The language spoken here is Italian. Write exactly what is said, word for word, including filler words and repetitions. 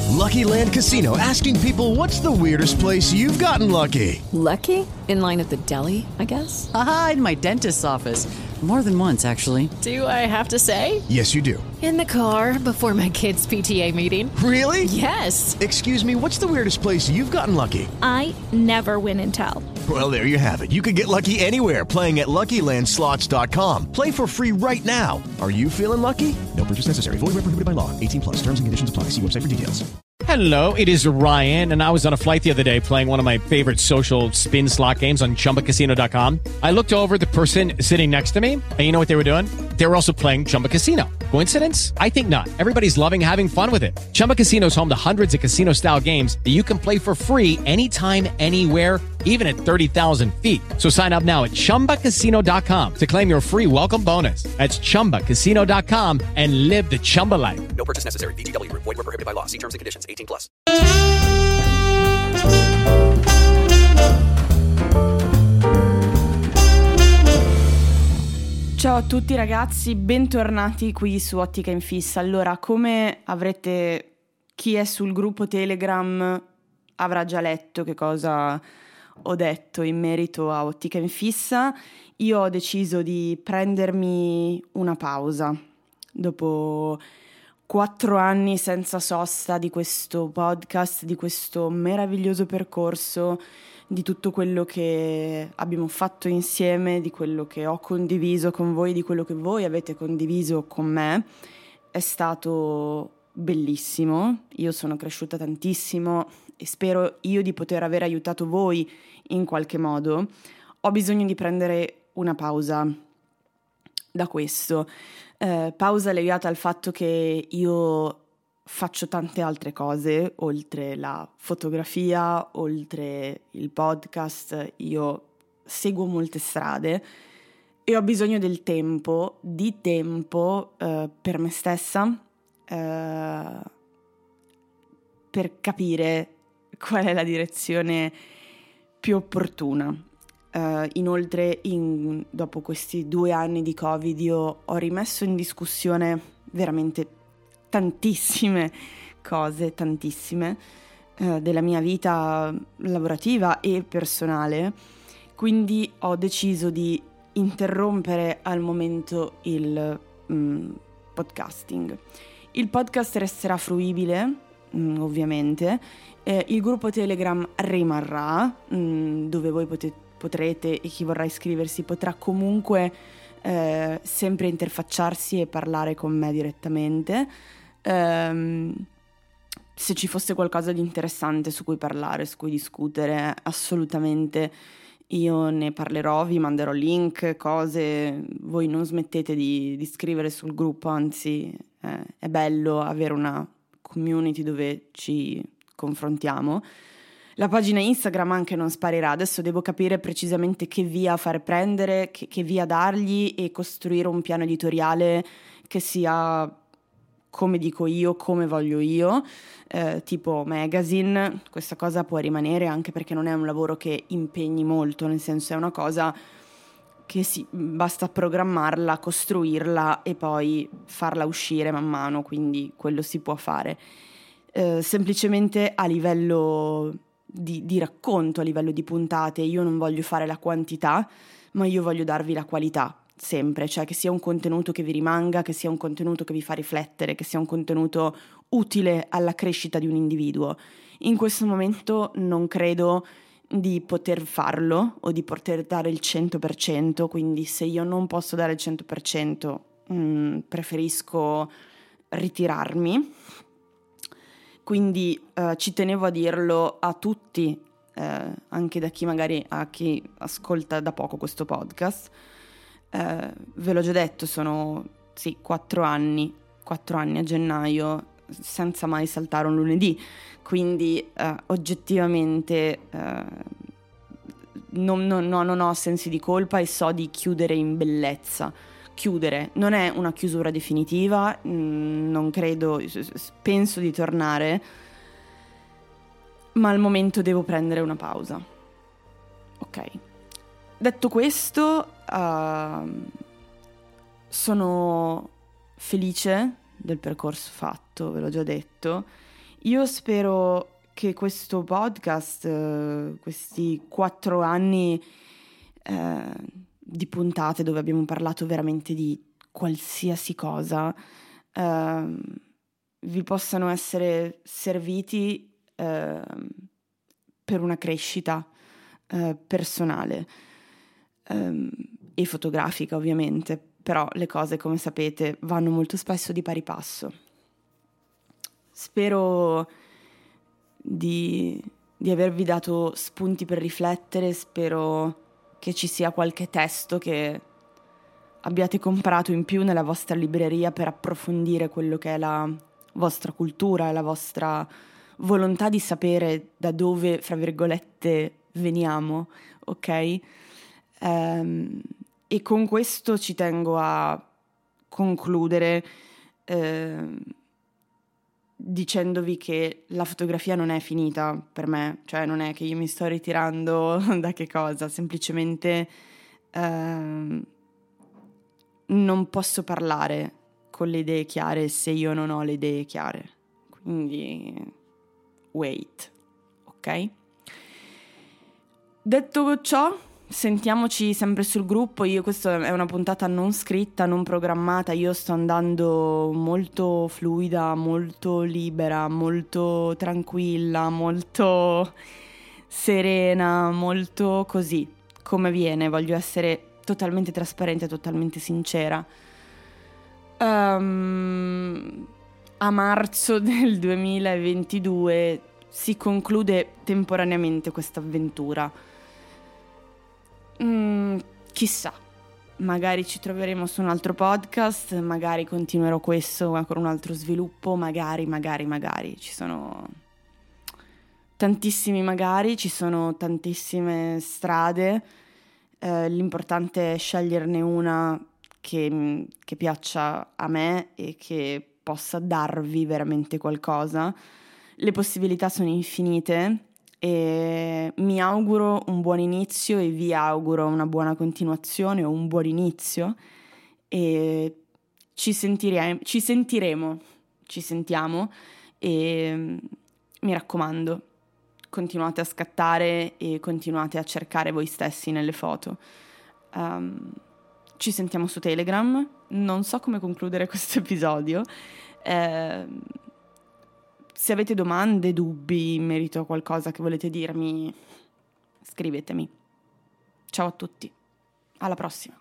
Lucky Land Casino, asking people, what's the weirdest place you've gotten lucky? Lucky? In line at the deli, I guess? Aha, in my dentist's office. More than once, actually. Do I have to say? Yes, you do. In the car before my kids' P T A meeting. Really? Yes. Excuse me, what's the weirdest place you've gotten lucky? I never win and tell. Well, there you have it. You can get lucky anywhere, playing at Lucky Land Slots dot com. Play for free right now. Are you feeling lucky? No purchase necessary. Void where prohibited by law. eighteen plus. Terms and conditions apply. See website for details. Hello, it is Ryan, and I was on a flight the other day playing one of my favorite social spin slot games on Chumba Casino dot com. I looked over at the person sitting next to me, and you know what they were doing? They were also playing Chumba Casino. Coincidence? I think not. Everybody's loving having fun with it. Chumba Casino is home to hundreds of casino-style games that you can play for free anytime, anywhere, even at thirty thousand feet. So sign up now at Chumba Casino dot com to claim your free welcome bonus. That's Chumba Casino dot com and live the Chumba life. No purchase necessary. V G W. Void where prohibited by law. See terms and conditions. eighteen plus. Ciao a tutti ragazzi, bentornati qui su Ottica in Fissa. Allora, come avrete, chi è sul gruppo Telegram avrà già letto che cosa ho detto in merito a Ottica in Fissa. Io ho deciso di prendermi una pausa dopo quattro anni senza sosta di questo podcast, di questo meraviglioso percorso, di tutto quello che abbiamo fatto insieme, di quello che ho condiviso con voi, di quello che voi avete condiviso con me. È stato bellissimo, io sono cresciuta tantissimo e spero io di poter aver aiutato voi in qualche modo. Ho bisogno di prendere una pausa da questo, eh, pausa legata al fatto che io faccio tante altre cose, oltre la fotografia, oltre il podcast. Io seguo molte strade e ho bisogno del tempo, di tempo eh, per me stessa, eh, per capire qual è la direzione più opportuna. Uh, inoltre, in, dopo questi due anni di Covid, io ho rimesso in discussione veramente tantissime cose, tantissime, uh, della mia vita lavorativa e personale, quindi ho deciso di interrompere al momento il mm, podcasting. Il podcast resterà fruibile, mm, ovviamente, eh, il gruppo Telegram rimarrà, mm, dove voi potete potrete e chi vorrà iscriversi potrà comunque eh, sempre interfacciarsi e parlare con me direttamente. Um, se ci fosse qualcosa di interessante su cui parlare, su cui discutere, assolutamente io ne parlerò, vi manderò link, cose. Voi non smettete di, di scrivere sul gruppo, anzi eh, è bello avere una community dove ci confrontiamo. La pagina Instagram anche non sparirà, adesso devo capire precisamente che via far prendere, che, che via dargli e costruire un piano editoriale che sia come dico io, come voglio io, eh, tipo magazine. Questa cosa può rimanere anche perché non è un lavoro che impegni molto, nel senso è una cosa che si, basta programmarla, costruirla e poi farla uscire man mano, quindi quello si può fare. Eh, semplicemente a livello Di, di racconto, a livello di puntate, io non voglio fare la quantità, ma io voglio darvi la qualità, sempre, cioè che sia un contenuto che vi rimanga, che sia un contenuto che vi fa riflettere, che sia un contenuto utile alla crescita di un individuo. In questo momento non credo di poter farlo o di poter dare il cento per cento, quindi se io non posso dare il cento per cento mh, preferisco ritirarmi. Quindi eh, ci tenevo a dirlo a tutti, eh, anche da chi magari a chi ascolta da poco questo podcast. Eh, ve l'ho già detto, sono sì, quattro anni, quattro anni a gennaio, senza mai saltare un lunedì. Quindi eh, oggettivamente eh, non, non, no, non ho sensi di colpa e so di chiudere in bellezza. Chiudere, non è una chiusura definitiva, mh, non credo, penso di tornare, ma al momento devo prendere una pausa. Ok. Detto questo, uh, sono felice del percorso fatto, ve l'ho già detto, Io spero che questo podcast, eh, questi quattro anni eh, di puntate dove abbiamo parlato veramente di qualsiasi cosa, eh, vi possano essere serviti eh, per una crescita eh, personale eh, e fotografica, ovviamente, però le cose, come sapete, vanno molto spesso di pari passo. Spero di, di avervi dato spunti per riflettere, spero che ci sia qualche testo che abbiate comprato in più nella vostra libreria per approfondire quello che è la vostra cultura e la vostra volontà di sapere da dove, fra virgolette, veniamo, ok? Ehm, e con questo ci tengo a concludere eh, dicendovi che la fotografia non è finita per me, cioè non è che io mi sto ritirando da che cosa, semplicemente eh, non posso parlare con le idee chiare se io non ho le idee chiare, quindi wait, ok? Detto ciò, sentiamoci sempre sul gruppo. Io, questa è una puntata non scritta, non programmata, io sto andando molto fluida, molto libera, molto tranquilla, molto serena, molto così, come viene. Voglio essere totalmente trasparente, totalmente sincera. Um, a marzo del duemilaventidue si conclude temporaneamente questa avventura. Mm, chissà, magari ci troveremo su un altro podcast, magari continuerò questo con un altro sviluppo, magari, magari, magari. Ci sono tantissimi magari, ci sono tantissime strade, eh, l'importante è sceglierne una che, che piaccia a me e che possa darvi veramente qualcosa. Le possibilità sono infinite. E mi auguro un buon inizio e vi auguro una buona continuazione o un buon inizio e ci sentiremo, ci sentiremo, ci sentiamo e mi raccomando, continuate a scattare e continuate a cercare voi stessi nelle foto. Um, ci sentiamo su Telegram, non so come concludere questo episodio. Eh, Se avete domande, dubbi in merito a qualcosa che volete dirmi, scrivetemi. Ciao a tutti, alla prossima.